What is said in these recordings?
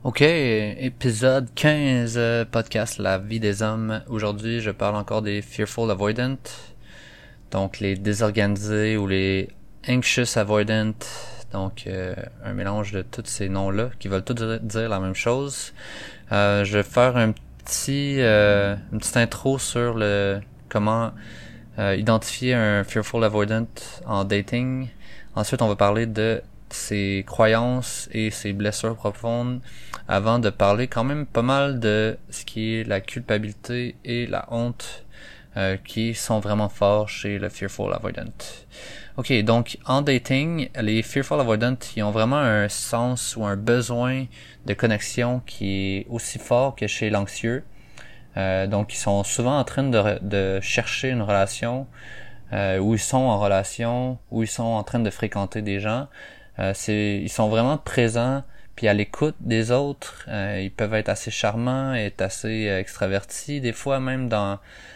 Ok, épisode 15, podcast La vie des hommes. Aujourd'hui, je parle encore des Fearful Avoidant, donc les désorganisés ou les Anxious Avoidant, donc un mélange de tous ces noms-là qui veulent tous dire la même chose. Je vais faire une petite intro sur le comment identifier un Fearful Avoidant en dating. Ensuite, on va parler de ses croyances et ses blessures profondes avant de parler quand même pas mal de ce qui est la culpabilité et la honte qui sont vraiment forts chez le Fearful Avoidant. Ok, donc en dating, les Fearful Avoidant, ils ont vraiment un sens ou un besoin de connexion qui est aussi fort que chez l'anxieux. Donc ils sont souvent en train de chercher une relation, où ils sont en relation, où ils sont en train de fréquenter des gens. Ils sont vraiment présents puis à l'écoute des autres. Ils peuvent être assez charmants, être assez extravertis, des fois même dans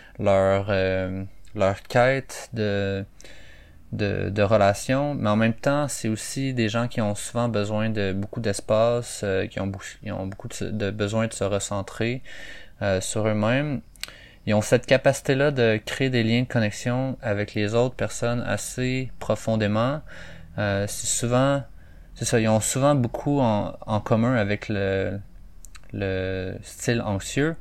leur quête de relations, mais en même temps, c'est aussi des gens qui ont souvent besoin de beaucoup d'espace, qui ont beaucoup de besoin de se recentrer sur eux-mêmes. Ils ont cette capacité-là de créer des liens de connexion avec les autres personnes assez profondément. C'est ça, ils ont souvent beaucoup en commun avec le style anxieux.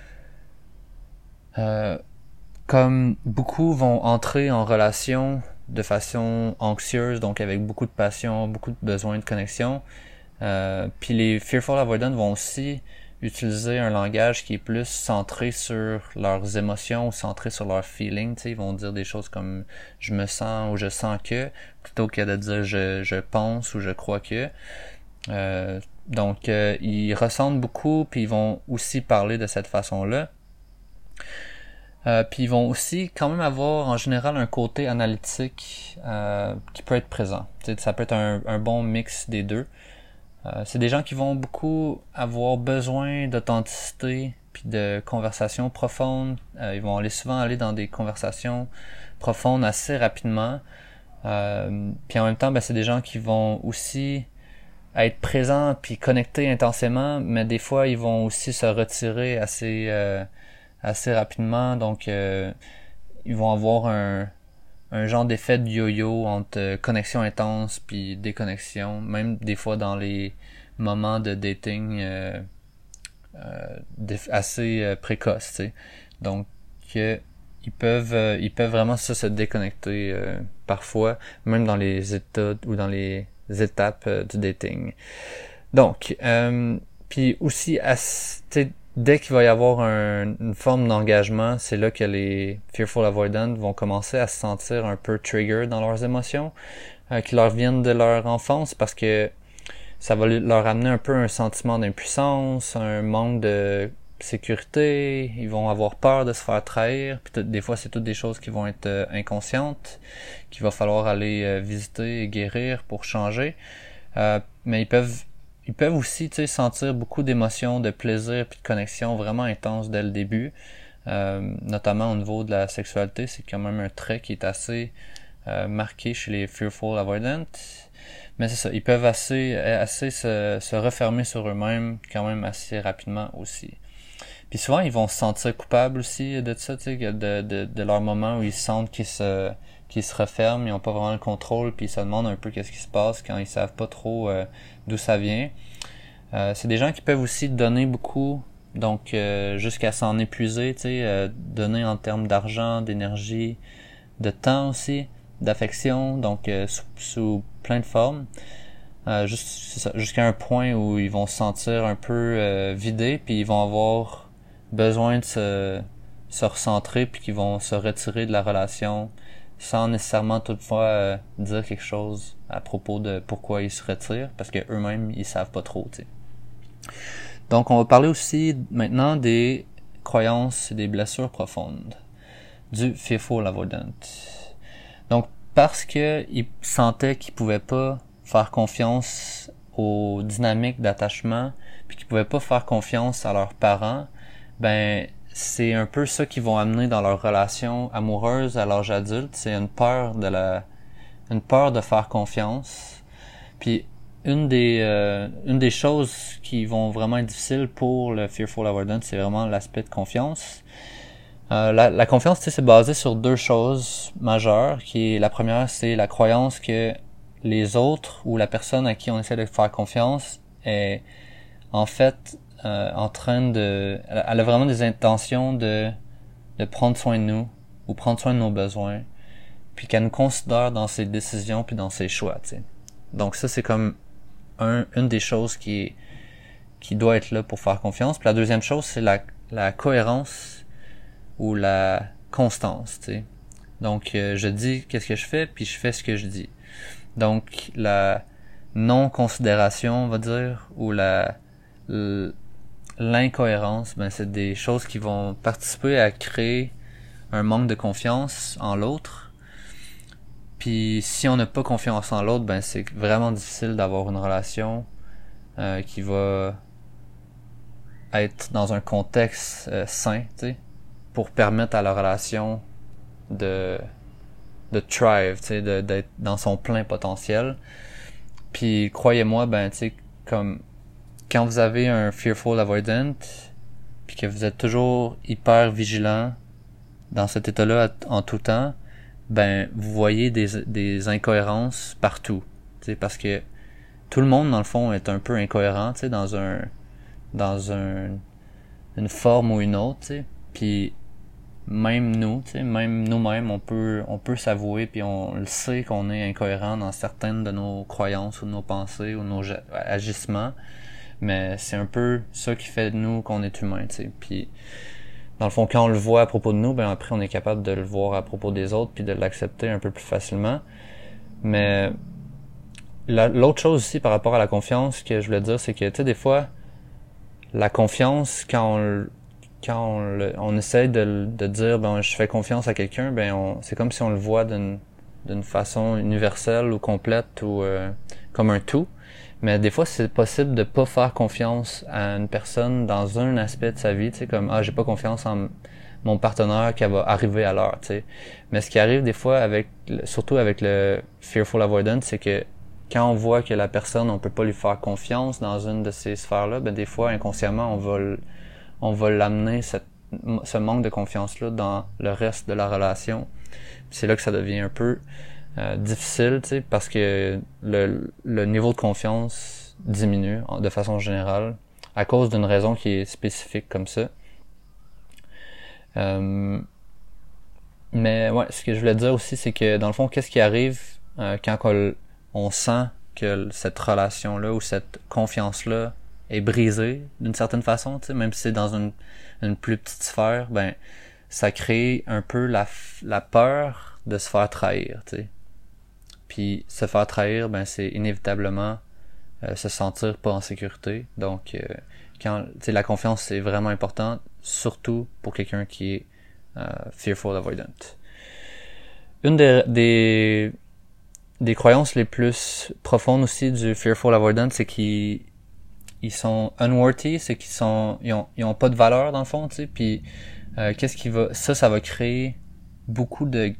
Comme beaucoup vont entrer en relation de façon anxieuse, donc avec beaucoup de passion, beaucoup de besoin de connexion. Puis les Fearful Avoidant vont aussi utiliser un langage qui est plus centré sur leurs émotions ou centré sur leurs feelings. Ils vont dire des choses comme « je me sens » ou « je sens que », plutôt que de dire « je pense » ou « je crois que ». Donc, ils ressentent beaucoup, puis ils vont aussi parler de cette façon-là. Puis ils vont aussi quand même avoir en général un côté analytique qui peut être présent. Ça peut être un bon mix des deux. C'est des gens qui vont beaucoup avoir besoin d'authenticité puis de conversations profondes. Ils vont souvent aller dans des conversations profondes assez rapidement. Puis en même temps, c'est des gens qui vont aussi être présents puis connectés intensément, mais des fois ils vont aussi se retirer assez rapidement. Donc ils vont avoir un genre d'effet de yo-yo entre connexion intense puis déconnexion, même des fois dans les moments de dating assez précoces, tu sais. Donc ils peuvent vraiment se déconnecter parfois, même dans les états ou dans les étapes du dating. Donc puis aussi dès qu'il va y avoir une forme d'engagement, c'est là que les Fearful Avoidant vont commencer à se sentir un peu trigger dans leurs émotions, qui leur viennent de leur enfance, parce que ça va leur amener un peu un sentiment d'impuissance, un manque de sécurité, ils vont avoir peur de se faire trahir, puis des fois c'est toutes des choses qui vont être inconscientes, qu'il va falloir aller visiter et guérir pour changer. Mais ils peuvent aussi sentir beaucoup d'émotions, de plaisir puis de connexion vraiment intense dès le début, notamment au niveau de la sexualité. C'est quand même un trait qui est assez marqué chez les Fearful Avoidant. Mais c'est ça, ils peuvent assez se refermer sur eux-mêmes quand même assez rapidement aussi. Puis souvent, ils vont se sentir coupables aussi de ça, de leur moment où ils sentent qu'ils se referment, ils n'ont pas vraiment le contrôle, puis ils se demandent un peu qu'est-ce qui se passe quand ils savent pas trop d'où ça vient. C'est des gens qui peuvent aussi donner beaucoup, donc jusqu'à s'en épuiser, donner en termes d'argent, d'énergie, de temps aussi, d'affection, donc sous plein de formes. Jusqu'à un point où ils vont se sentir un peu vidés, puis ils vont avoir besoin de se recentrer, puis qu'ils vont se retirer de la relation sans nécessairement toutefois dire quelque chose à propos de pourquoi ils se retirent, parce que eux-mêmes ils savent pas trop, t'sais. Donc on va parler aussi maintenant des croyances et des blessures profondes du Fearful Avoidant. Donc parce que ils sentaient qu'ils pouvaient pas faire confiance aux dynamiques d'attachement, puis qu'ils pouvaient pas faire confiance à leurs parents, c'est un peu ça qu'ils vont amener dans leur relation amoureuse à l'âge adulte. C'est une peur de faire confiance. Puis une des choses qui vont vraiment être difficiles pour le Fearful Avoidant, c'est vraiment l'aspect de confiance. La confiance, c'est basé sur deux choses majeures. La première, c'est la croyance que les autres ou la personne à qui on essaie de faire confiance est en fait en train de... Elle a vraiment des intentions de prendre soin de nous ou prendre soin de nos besoins, puis qu'elle nous considère dans ses décisions puis dans ses choix, tu sais. Donc ça, c'est comme une des choses qui doit être là pour faire confiance. Puis la deuxième chose, c'est la cohérence ou la constance, tu sais. Donc je dis qu'est-ce que je fais, puis je fais ce que je dis. Donc la non-considération, on va dire, ou l'incohérence, ben c'est des choses qui vont participer à créer un manque de confiance en l'autre. Puis si on n'a pas confiance en l'autre, ben c'est vraiment difficile d'avoir une relation qui va être dans un contexte sain, tu sais, pour permettre à la relation de thrive, tu sais, d'être dans son plein potentiel. Puis croyez-moi, ben tu sais, comme quand vous avez un fearful avoidant, puis que vous êtes toujours hyper vigilant dans cet état-là en tout temps, ben vous voyez des incohérences partout, tu sais, parce que tout le monde dans le fond est un peu incohérent, tu sais, dans une forme ou une autre, tu sais. Puis même nous, tu sais, même nous-mêmes, on peut s'avouer, puis on le sait qu'on est incohérent dans certaines de nos croyances ou de nos pensées ou de nos agissements, mais c'est un peu ça qui fait de nous qu'on est humain, tu sais. Puis dans le fond, quand on le voit à propos de nous, ben après on est capable de le voir à propos des autres puis de l'accepter un peu plus facilement. Mais l'autre chose aussi par rapport à la confiance que je voulais dire, c'est que tu sais, des fois la confiance, quand on essaie de dire ben je fais confiance à quelqu'un, ben c'est comme si on le voit d'une façon universelle ou complète ou comme un tout. Mais des fois, c'est possible de pas faire confiance à une personne dans un aspect de sa vie, tu sais, comme j'ai pas confiance en mon partenaire qu'elle va arriver à l'heure, tu sais. Mais ce qui arrive des fois surtout avec le fearful avoidance, c'est que quand on voit que la personne, on peut pas lui faire confiance dans une de ces sphères-là, ben des fois inconsciemment, on va l'amener ce manque de confiance-là dans le reste de la relation. Puis c'est là que ça devient un peu difficile, tu sais, parce que le niveau de confiance diminue de façon générale à cause d'une raison qui est spécifique comme ça. Mais ouais, ce que je voulais dire aussi, c'est que dans le fond, qu'est-ce qui arrive quand on sent que cette relation-là ou cette confiance-là est brisée d'une certaine façon, tu sais, même si c'est dans une plus petite sphère, ben ça crée un peu la peur de se faire trahir, tu sais. Puis se faire trahir, ben c'est inévitablement se sentir pas en sécurité. Donc quand tu sais, la confiance c'est vraiment important, surtout pour quelqu'un qui est fearful avoidant. Une des croyances les plus profondes aussi du fearful avoidant, c'est qu'ils sont unworthy, c'est ils ont pas de valeur dans le fond, tu sais. Puis qu'est-ce qui va ça va créer beaucoup de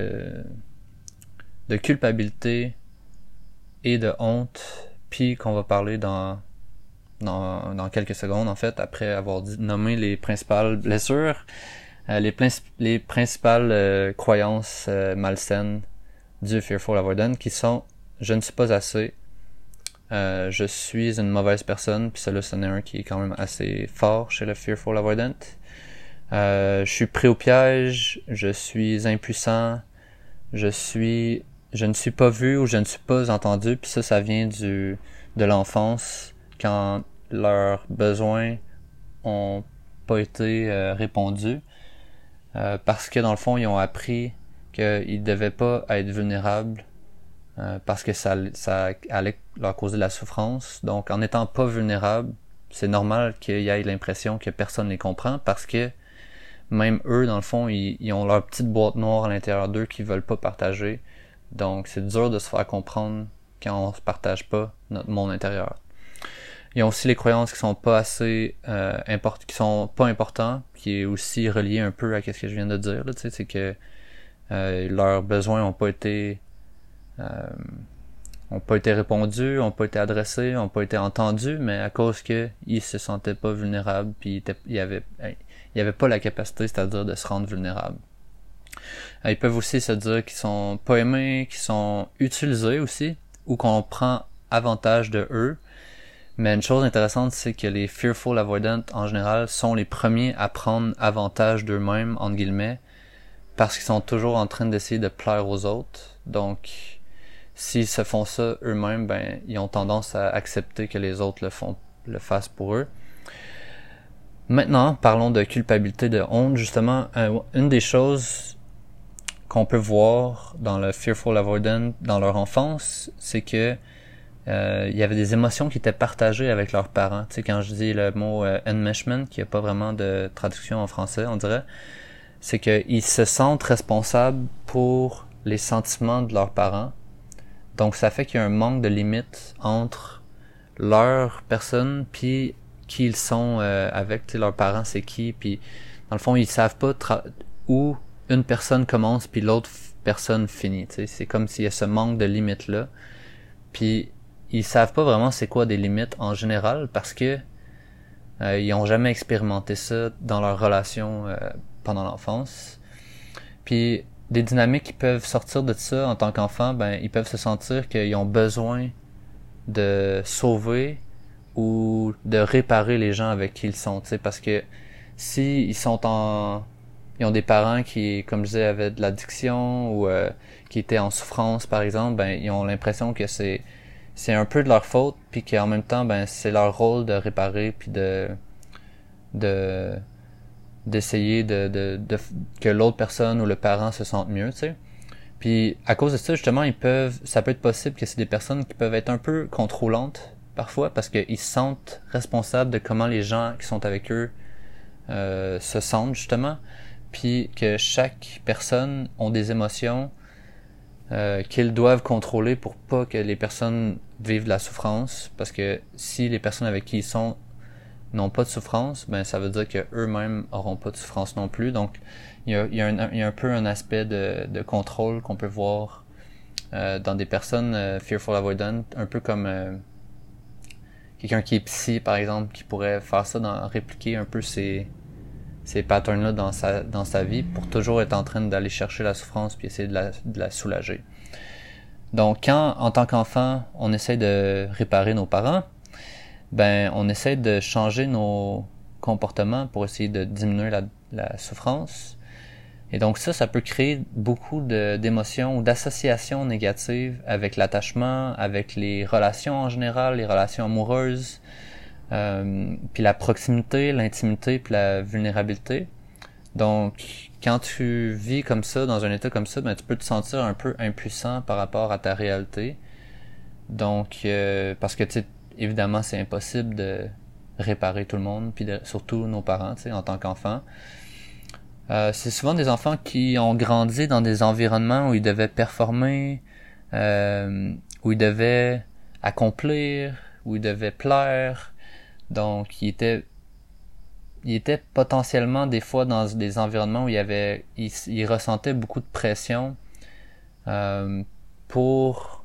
culpabilité et de honte, puis qu'on va parler dans quelques secondes, en fait, après avoir nommé les principales blessures, les principales croyances malsaines du fearful avoidant, qui sont « je ne suis pas assez »,« je suis une mauvaise personne », puis celui-là, c'en est un qui est quand même assez fort chez le fearful avoidant. Je suis pris au piège, je suis impuissant, je ne suis pas vu ou je ne suis pas entendu, puis ça vient de l'enfance, quand leurs besoins ont pas été répondus, parce que dans le fond, ils ont appris qu'ils devaient pas être vulnérables, parce que ça allait leur causer de la souffrance. Donc, en étant pas vulnérables, c'est normal qu'il y ait l'impression que personne les comprend, parce que même eux, dans le fond, ils ont leur petite boîte noire à l'intérieur d'eux qu'ils veulent pas partager. Donc, c'est dur de se faire comprendre quand on se partage pas notre monde intérieur. Il y a aussi les croyances qui sont pas assez qui sont pas importantes, qui est aussi relié un peu à ce que je viens de dire. Là, tu sais, c'est que leurs besoins ont pas été ont pas été répondus, ont pas été adressés, ont pas été entendus, mais à cause que ils se sentaient pas vulnérables, puis il y avait pas la capacité, c'est-à-dire de se rendre vulnérables. Ils peuvent aussi se dire qu'ils sont pas aimés, qu'ils sont utilisés aussi, ou qu'on prend avantage de eux. Mais une chose intéressante, c'est que les fearful avoidant, en général, sont les premiers à prendre avantage d'eux-mêmes, entre guillemets, parce qu'ils sont toujours en train d'essayer de plaire aux autres. Donc, s'ils se font ça eux-mêmes, ben, ils ont tendance à accepter que les autres le fassent pour eux. Maintenant, parlons de culpabilité, de honte. Justement, une des choses qu'on peut voir dans le fearful avoidant dans leur enfance, c'est que il y avait des émotions qui étaient partagées avec leurs parents. Tu sais, quand je dis le mot enmeshment, qui n'a pas vraiment de traduction en français, on dirait, c'est qu'ils se sentent responsables pour les sentiments de leurs parents. Donc ça fait qu'il y a un manque de limite entre leur personne puis qui ils sont avec, tu sais, leurs parents c'est qui, puis dans le fond ils savent pas où une personne commence puis l'autre personne finit. Tu sais, c'est comme s'il y a ce manque de limite là. Puis ils savent pas vraiment c'est quoi des limites en général parce que ils ont jamais expérimenté ça dans leur relation pendant l'enfance. Puis des dynamiques qui peuvent sortir de ça en tant qu'enfant, ben ils peuvent se sentir qu'ils ont besoin de sauver ou de réparer les gens avec qui ils sont, tu sais, parce que si ils ont des parents qui, comme je disais, avaient de l'addiction ou qui étaient en souffrance par exemple, ben ils ont l'impression que c'est un peu de leur faute, puis qu'en même temps, ben c'est leur rôle de réparer, puis d'essayer de que l'autre personne ou le parent se sente mieux, tu sais. Puis à cause de ça, justement, ça peut être possible que c'est des personnes qui peuvent être un peu contrôlantes parfois, parce qu'ils se sentent responsables de comment les gens qui sont avec eux se sentent justement, puis que chaque personne ont des émotions qu'ils doivent contrôler pour pas que les personnes vivent de la souffrance, parce que si les personnes avec qui ils sont n'ont pas de souffrance, ben ça veut dire que eux-mêmes auront pas de souffrance non plus. Donc il y a un peu un aspect de contrôle qu'on peut voir dans des personnes fearful avoidant, un peu comme quelqu'un qui est psy par exemple, qui pourrait faire ça, répliquer un peu ces patterns-là dans sa vie pour toujours être en train d'aller chercher la souffrance puis essayer de la soulager. Donc quand, en tant qu'enfant, on essaie de réparer nos parents, ben on essaie de changer nos comportements pour essayer de diminuer la souffrance. Et donc ça peut créer beaucoup d'émotions ou d'associations négatives avec l'attachement, avec les relations en général, les relations amoureuses, puis la proximité, l'intimité, puis la vulnérabilité. Donc, quand tu vis comme ça, dans un état comme ça, ben tu peux te sentir un peu impuissant par rapport à ta réalité. Donc, parce que tu sais, évidemment, c'est impossible de réparer tout le monde, puis surtout nos parents, tu sais, en tant qu'enfants. C'est souvent des enfants qui ont grandi dans des environnements où ils devaient performer, où ils devaient accomplir, où ils devaient plaire. Donc, ils étaient potentiellement des fois dans des environnements où ils ressentaient beaucoup de pression pour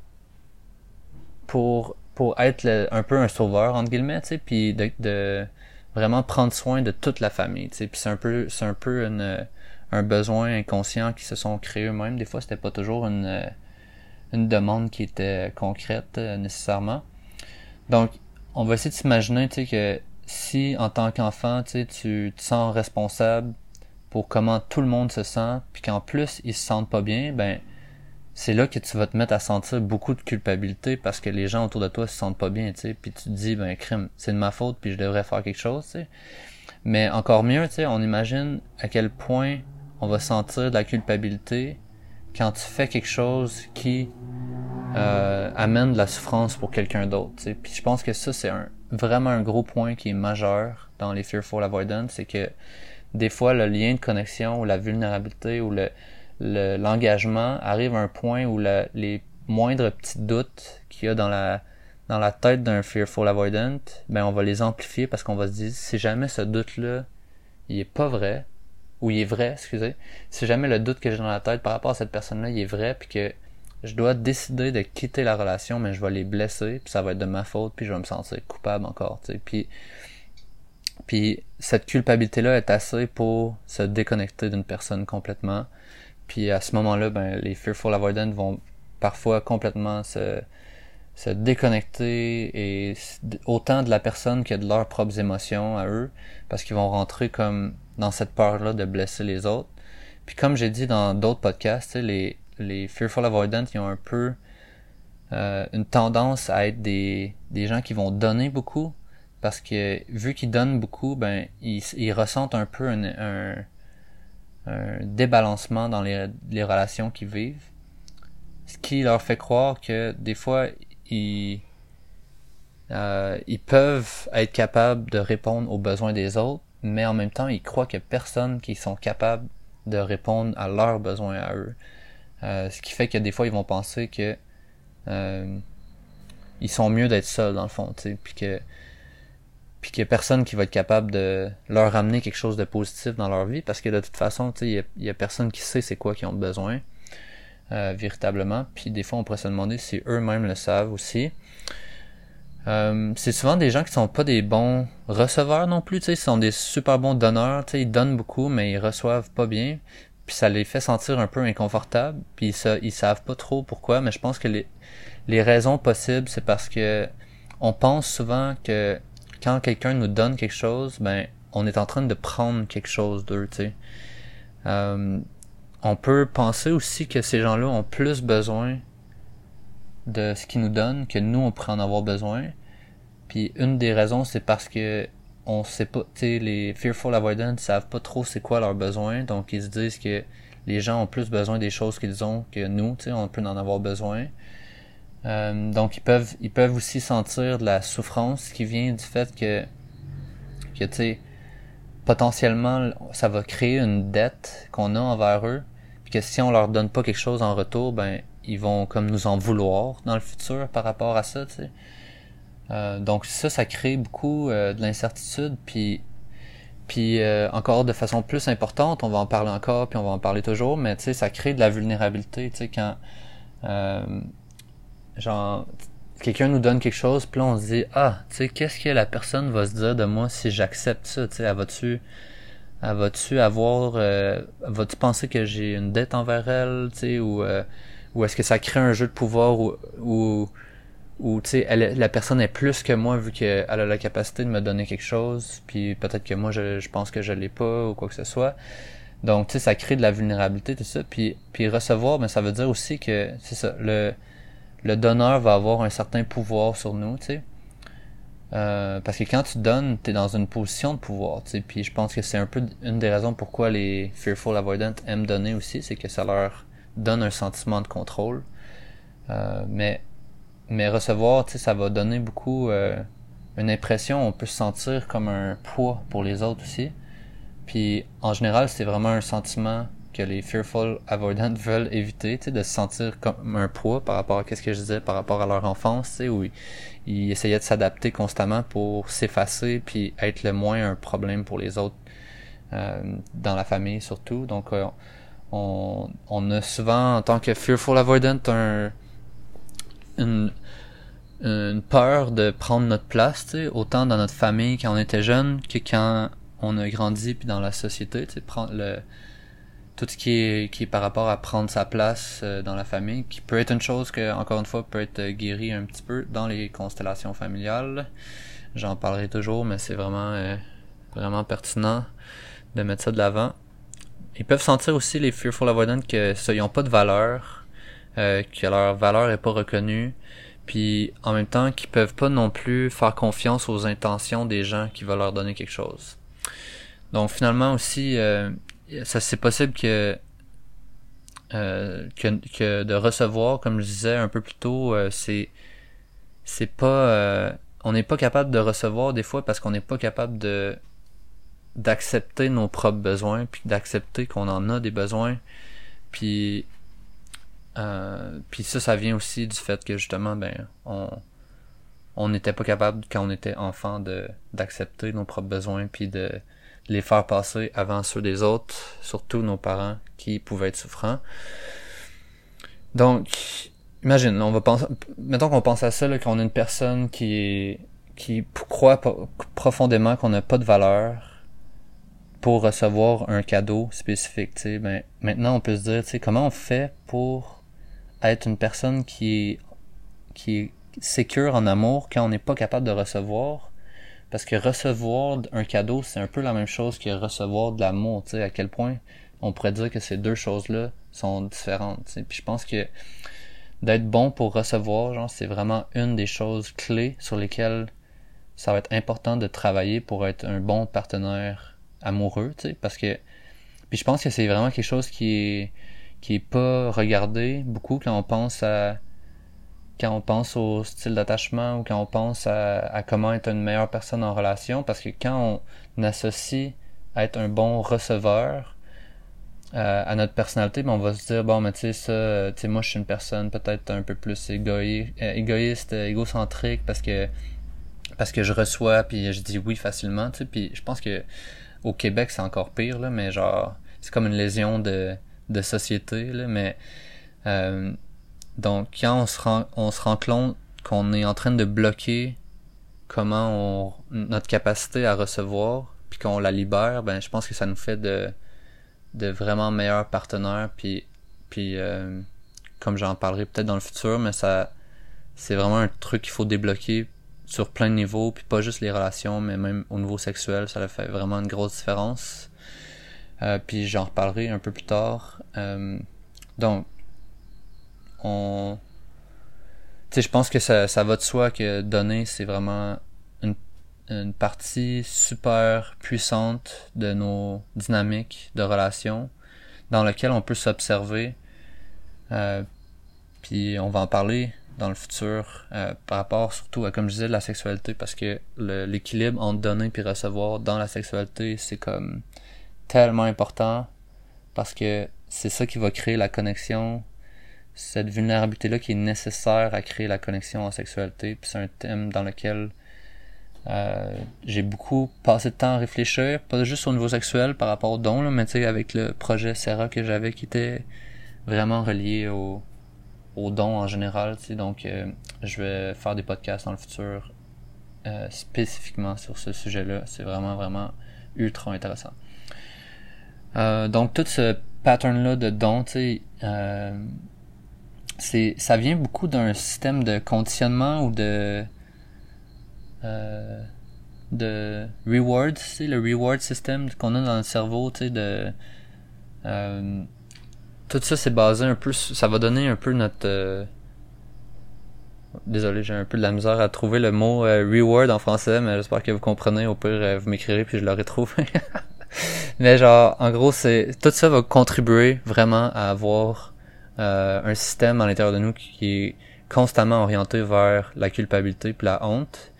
être un peu un sauveur entre guillemets, tu sais, puis de vraiment prendre soin de toute la famille, tu sais. Puis c'est un peu un besoin inconscient qui se sont créés eux-mêmes. Des fois, c'était pas toujours une demande qui était concrète nécessairement. Donc on va essayer de s'imaginer, tu sais, que si en tant qu'enfant, tu sais, tu te sens responsable pour comment tout le monde se sent, puis qu'en plus ils se sentent pas bien, ben c'est là que tu vas te mettre à sentir beaucoup de culpabilité parce que les gens autour de toi se sentent pas bien, tu sais, puis tu te dis ben crime, c'est de ma faute puis je devrais faire quelque chose, tu sais. Mais encore mieux, tu sais, on imagine à quel point on va sentir de la culpabilité quand tu fais quelque chose qui amène de la souffrance pour quelqu'un d'autre, tu sais. Puis je pense que ça c'est vraiment un gros point qui est majeur dans les fearful avoidance, c'est que des fois le lien de connexion ou la vulnérabilité ou l'engagement arrive à un point où les moindres petits doutes qu'il y a dans la tête d'un fearful avoidant, ben on va les amplifier parce qu'on va se dire si jamais ce doute-là il est pas vrai, ou il est vrai, excusez, si jamais le doute que j'ai dans la tête par rapport à cette personne-là il est vrai, puis que je dois décider de quitter la relation, mais je vais les blesser, puis ça va être de ma faute, puis je vais me sentir coupable encore, tu sais. Puis cette culpabilité-là est assez pour se déconnecter d'une personne complètement. Puis à ce moment-là, ben les fearful avoidants vont parfois complètement se déconnecter, et autant de la personne que de leurs propres émotions à eux, parce qu'ils vont rentrer comme dans cette peur-là de blesser les autres. Puis comme j'ai dit dans d'autres podcasts, les fearful avoidants, ils ont un peu une tendance à être des gens qui vont donner beaucoup, parce que vu qu'ils donnent beaucoup, ben ils ressentent un peu un débalancement dans les relations qu'ils vivent, ce qui leur fait croire que des fois ils peuvent être capables de répondre aux besoins des autres, mais en même temps ils croient qu'il y a personne qui sont capables de répondre à leurs besoins à eux. Ce qui fait que des fois ils vont penser que ils sont mieux d'être seuls dans le fond, tu sais, puis qu'il y a personne qui va être capable de leur ramener quelque chose de positif dans leur vie, parce que de toute façon, tu sais, il y a personne qui sait c'est quoi qu'ils ont besoin véritablement. Puis des fois on pourrait se demander si eux-mêmes le savent aussi. C'est souvent des gens qui sont pas des bons receveurs non plus, tu sais, ils sont des super bons donneurs, tu sais, ils donnent beaucoup mais ils reçoivent pas bien, puis ça les fait sentir un peu inconfortables, puis ils savent pas trop pourquoi, mais je pense que les raisons possibles, c'est parce que on pense souvent que quand quelqu'un nous donne quelque chose, ben on est en train de prendre quelque chose d'eux, tu sais. On peut penser aussi que ces gens-là ont plus besoin de ce qu'ils nous donnent que nous on pourrait en avoir besoin. Puis une des raisons, c'est parce que on sait pas, tu sais, les fearful avoidants savent pas trop c'est quoi leurs besoins, donc ils se disent que les gens ont plus besoin des choses qu'ils ont que nous, tu sais, on peut en avoir besoin. Donc ils peuvent aussi sentir de la souffrance qui vient du fait que tu sais, potentiellement ça va créer une dette qu'on a envers eux, puis que si on leur donne pas quelque chose en retour, ben ils vont comme nous en vouloir dans le futur par rapport à ça, tu sais. Donc ça crée beaucoup de l'incertitude, puis encore de façon plus importante, on va en parler encore, puis on va en parler toujours, mais tu sais, ça crée de la vulnérabilité, tu sais, quand genre quelqu'un nous donne quelque chose, puis là on se dit tu sais, qu'est-ce que la personne va se dire de moi si j'accepte ça, tu sais, vas-tu avoir vas-tu penser que j'ai une dette envers elle, tu sais, ou est-ce que ça crée un jeu de pouvoir où tu sais, la personne est plus que moi vu qu'elle a la capacité de me donner quelque chose, puis peut-être que moi je pense que je l'ai pas ou quoi que ce soit. Donc tu sais, ça crée de la vulnérabilité, tout ça, puis recevoir, ben ça veut dire aussi que c'est ça, le donneur va avoir un certain pouvoir sur nous, tu sais. Parce que quand tu donnes, t'es dans une position de pouvoir, tu sais. Puis je pense que c'est un peu une des raisons pourquoi les fearful avoidants aiment donner aussi, c'est que ça leur donne un sentiment de contrôle. Mais recevoir, tu sais, ça va donner beaucoup une impression, on peut se sentir comme un poids pour les autres aussi. Puis en général, c'est vraiment un sentiment que les fearful avoidants veulent éviter, tu sais, de se sentir comme un poids par rapport à qu'est-ce que je disais, par rapport à leur enfance, tu sais, où ils essayaient de s'adapter constamment pour s'effacer puis être le moins un problème pour les autres dans la famille surtout. Donc on a souvent en tant que fearful avoidant une peur de prendre notre place, tu sais, autant dans notre famille quand on était jeune que quand on a grandi puis dans la société, tu sais, prendre tout ce qui est par rapport à prendre sa place dans la famille, qui peut être une chose que, encore une fois, peut être guérie un petit peu dans les constellations familiales. J'en parlerai toujours, mais c'est vraiment pertinent de mettre ça de l'avant. Ils peuvent sentir aussi, les fearful avoidants, que ça, ils n'ont pas de valeur, que leur valeur est pas reconnue, puis en même temps qu'ils peuvent pas non plus faire confiance aux intentions des gens qui veulent leur donner quelque chose. Donc finalement aussi, ça c'est possible que de recevoir, comme je disais un peu plus tôt, c'est pas on n'est pas capable de recevoir des fois parce qu'on n'est pas capable d'accepter nos propres besoins, puis d'accepter qu'on en a des besoins, puis ça vient aussi du fait que justement ben on n'était pas capable quand on était enfant d'accepter nos propres besoins puis de les faire passer avant ceux des autres, surtout nos parents qui pouvaient être souffrants. Donc, imagine, mettons qu'on pense à ça, là, qu'on a une personne qui croit profondément qu'on n'a pas de valeur pour recevoir un cadeau spécifique, tu sais. Ben, maintenant, on peut se dire, tu sais, comment on fait pour être une personne qui est sécure en amour quand on n'est pas capable de recevoir? Parce que recevoir un cadeau, c'est un peu la même chose que recevoir de l'amour, tu sais, à quel point on pourrait dire que ces deux choses-là sont différentes, tu sais. Puis je pense que d'être bon pour recevoir, genre, c'est vraiment une des choses clés sur lesquelles ça va être important de travailler pour être un bon partenaire amoureux, tu sais, parce que, puis je pense que c'est vraiment quelque chose qui est pas regardé beaucoup quand on pense au style d'attachement ou quand on pense à comment être une meilleure personne en relation, parce que quand on associe à être un bon receveur à notre personnalité, ben on va se dire, bon, mais tu sais, ça, tu sais, moi je suis une personne peut-être un peu plus égoïste, égocentrique, parce que je reçois puis je dis oui facilement, tu sais. Puis je pense que au Québec c'est encore pire là, mais genre c'est comme une lésion de société là, mais euh, donc quand on se rend compte qu'on est en train de bloquer notre capacité à recevoir puis qu'on la libère, ben je pense que ça nous fait de vraiment meilleurs partenaires, puis comme j'en parlerai peut-être dans le futur, mais ça c'est vraiment un truc qu'il faut débloquer sur plein de niveaux, puis pas juste les relations, mais même au niveau sexuel, ça fait vraiment une grosse différence. Puis j'en reparlerai un peu plus tard. Donc, on, tu sais, je pense que ça va de soi que donner, c'est vraiment une, une partie super puissante de nos dynamiques de relations, dans laquelle on peut s'observer. Euh, Puis on va en parler dans le futur par rapport surtout à, comme je disais, la sexualité, parce que l'équilibre entre donner puis recevoir dans la sexualité, c'est comme tellement important, parce que c'est ça qui va créer la connexion, cette vulnérabilité-là qui est nécessaire à créer la connexion en sexualité. Puis c'est un thème dans lequel j'ai beaucoup passé de temps à réfléchir, pas juste au niveau sexuel par rapport au don, là, mais tu sais, avec le projet Serra que j'avais qui était vraiment relié au don en général, tu sais. Donc je vais faire des podcasts dans le futur spécifiquement sur ce sujet-là. C'est vraiment vraiment ultra intéressant. Donc tout ce pattern-là de don, tu sais, ça vient beaucoup d'un système de conditionnement ou de reward, tu sais, le reward system qu'on a dans le cerveau, tu sais, euh, tout ça c'est basé un peu, ça va donner un peu notre désolé, j'ai un peu de la misère à trouver le mot reward en français, mais j'espère que vous comprenez. Au pire, vous m'écrirez puis je l'aurai trouvé. Mais genre, en gros, c'est tout ça va contribuer vraiment à avoir un système à l'intérieur de nous qui est constamment orienté vers la culpabilité puis la honte.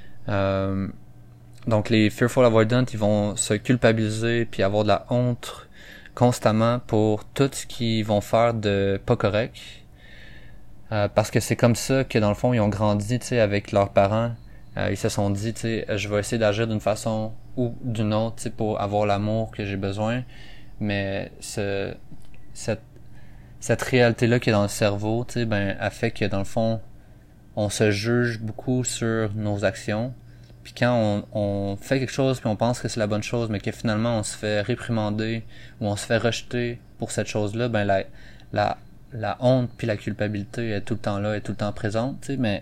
Donc les fearful avoidants, ils vont se culpabiliser puis avoir de la honte constamment pour tout ce qu'ils vont faire de pas correct. Parce que c'est comme ça que dans le fond ils ont grandi, tu sais, avec leurs parents. Ils se sont dit, tu sais, je vais essayer d'agir d'une façon ou d'une autre, tu sais, pour avoir l'amour que j'ai besoin. Mais cette réalité-là qui est dans le cerveau, tu sais, ben, a fait que dans le fond, on se juge beaucoup sur nos actions. Puis quand on fait quelque chose puis on pense que c'est la bonne chose, mais que finalement on se fait réprimander ou on se fait rejeter pour cette chose-là, ben la honte puis la culpabilité est tout le temps là, est tout le temps présente, tu sais. Mais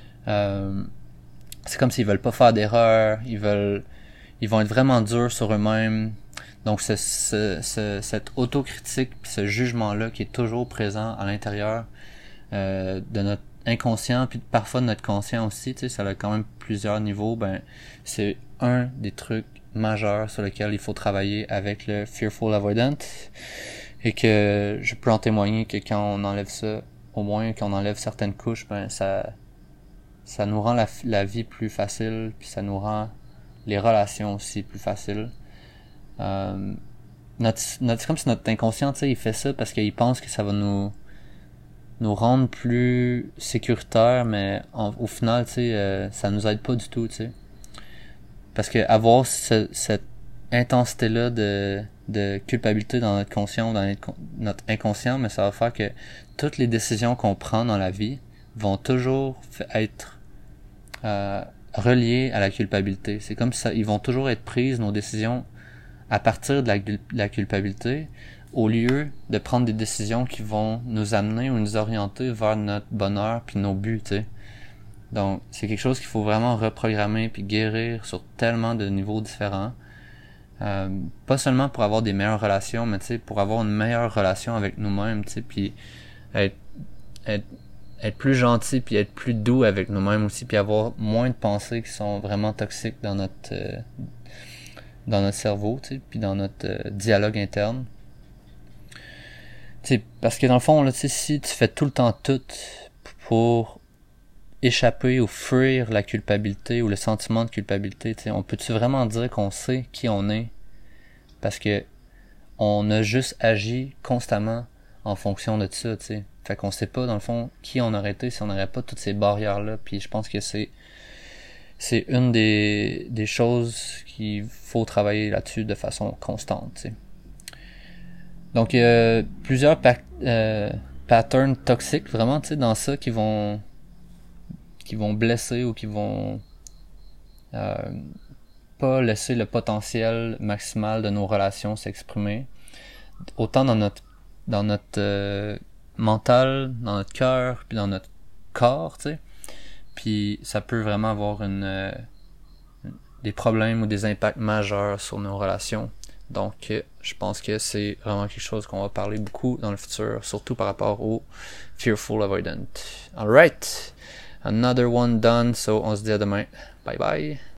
c'est comme s'ils veulent pas faire d'erreur, ils vont être vraiment durs sur eux-mêmes. Donc cette autocritique puis ce jugement-là qui est toujours présent à l'intérieur de notre inconscient puis parfois de notre conscient aussi, tu sais, ça a quand même plusieurs niveaux. Ben c'est un des trucs majeurs sur lesquels il faut travailler avec le fearful avoidant, et que je peux en témoigner que quand on enlève ça, au moins quand on enlève certaines couches, ben ça nous rend la vie plus facile, puis ça nous rend les relations aussi plus faciles. C'est comme si notre inconscient, tu sais, il fait ça parce qu'il pense que ça va nous rendre plus sécuritaires, mais au final, tu sais, ça nous aide pas du tout, tu sais. Parce que avoir cette intensité-là de culpabilité dans notre conscient ou dans notre inconscient, mais ça va faire que toutes les décisions qu'on prend dans la vie vont toujours être reliées à la culpabilité. C'est comme ça, ils vont toujours être prises, nos décisions, à partir de la culpabilité, au lieu de prendre des décisions qui vont nous amener ou nous orienter vers notre bonheur puis nos buts, tu sais. Donc, c'est quelque chose qu'il faut vraiment reprogrammer puis guérir sur tellement de niveaux différents. Pas seulement pour avoir des meilleures relations, mais tu sais, pour avoir une meilleure relation avec nous-mêmes, tu sais, puis être plus gentil puis être plus doux avec nous-mêmes aussi, puis avoir moins de pensées qui sont vraiment toxiques dans notre cerveau, tu sais, puis dans notre dialogue interne. Tu sais, parce que dans le fond, là, tu sais, si tu fais tout le temps tout pour échapper ou fuir la culpabilité ou le sentiment de culpabilité, tu sais, on peut-tu vraiment dire qu'on sait qui on est parce que on a juste agi constamment en fonction de ça, tu sais. Fait qu'on sait pas dans le fond qui on aurait été si on n'aurait pas toutes ces barrières là. Puis je pense que c'est une des choses qu'il faut travailler là-dessus de façon constante, tu sais. Donc il y a plusieurs patterns toxiques vraiment, tu sais, dans ça qui vont blesser ou qui vont pas laisser le potentiel maximal de nos relations s'exprimer, autant dans notre mental, dans notre cœur, puis dans notre corps, tu sais. Puis ça peut vraiment avoir des problèmes ou des impacts majeurs sur nos relations. Donc je pense que c'est vraiment quelque chose qu'on va parler beaucoup dans le futur, surtout par rapport au fearful avoidant. Alright, another one done, so on se dit à demain. Bye bye.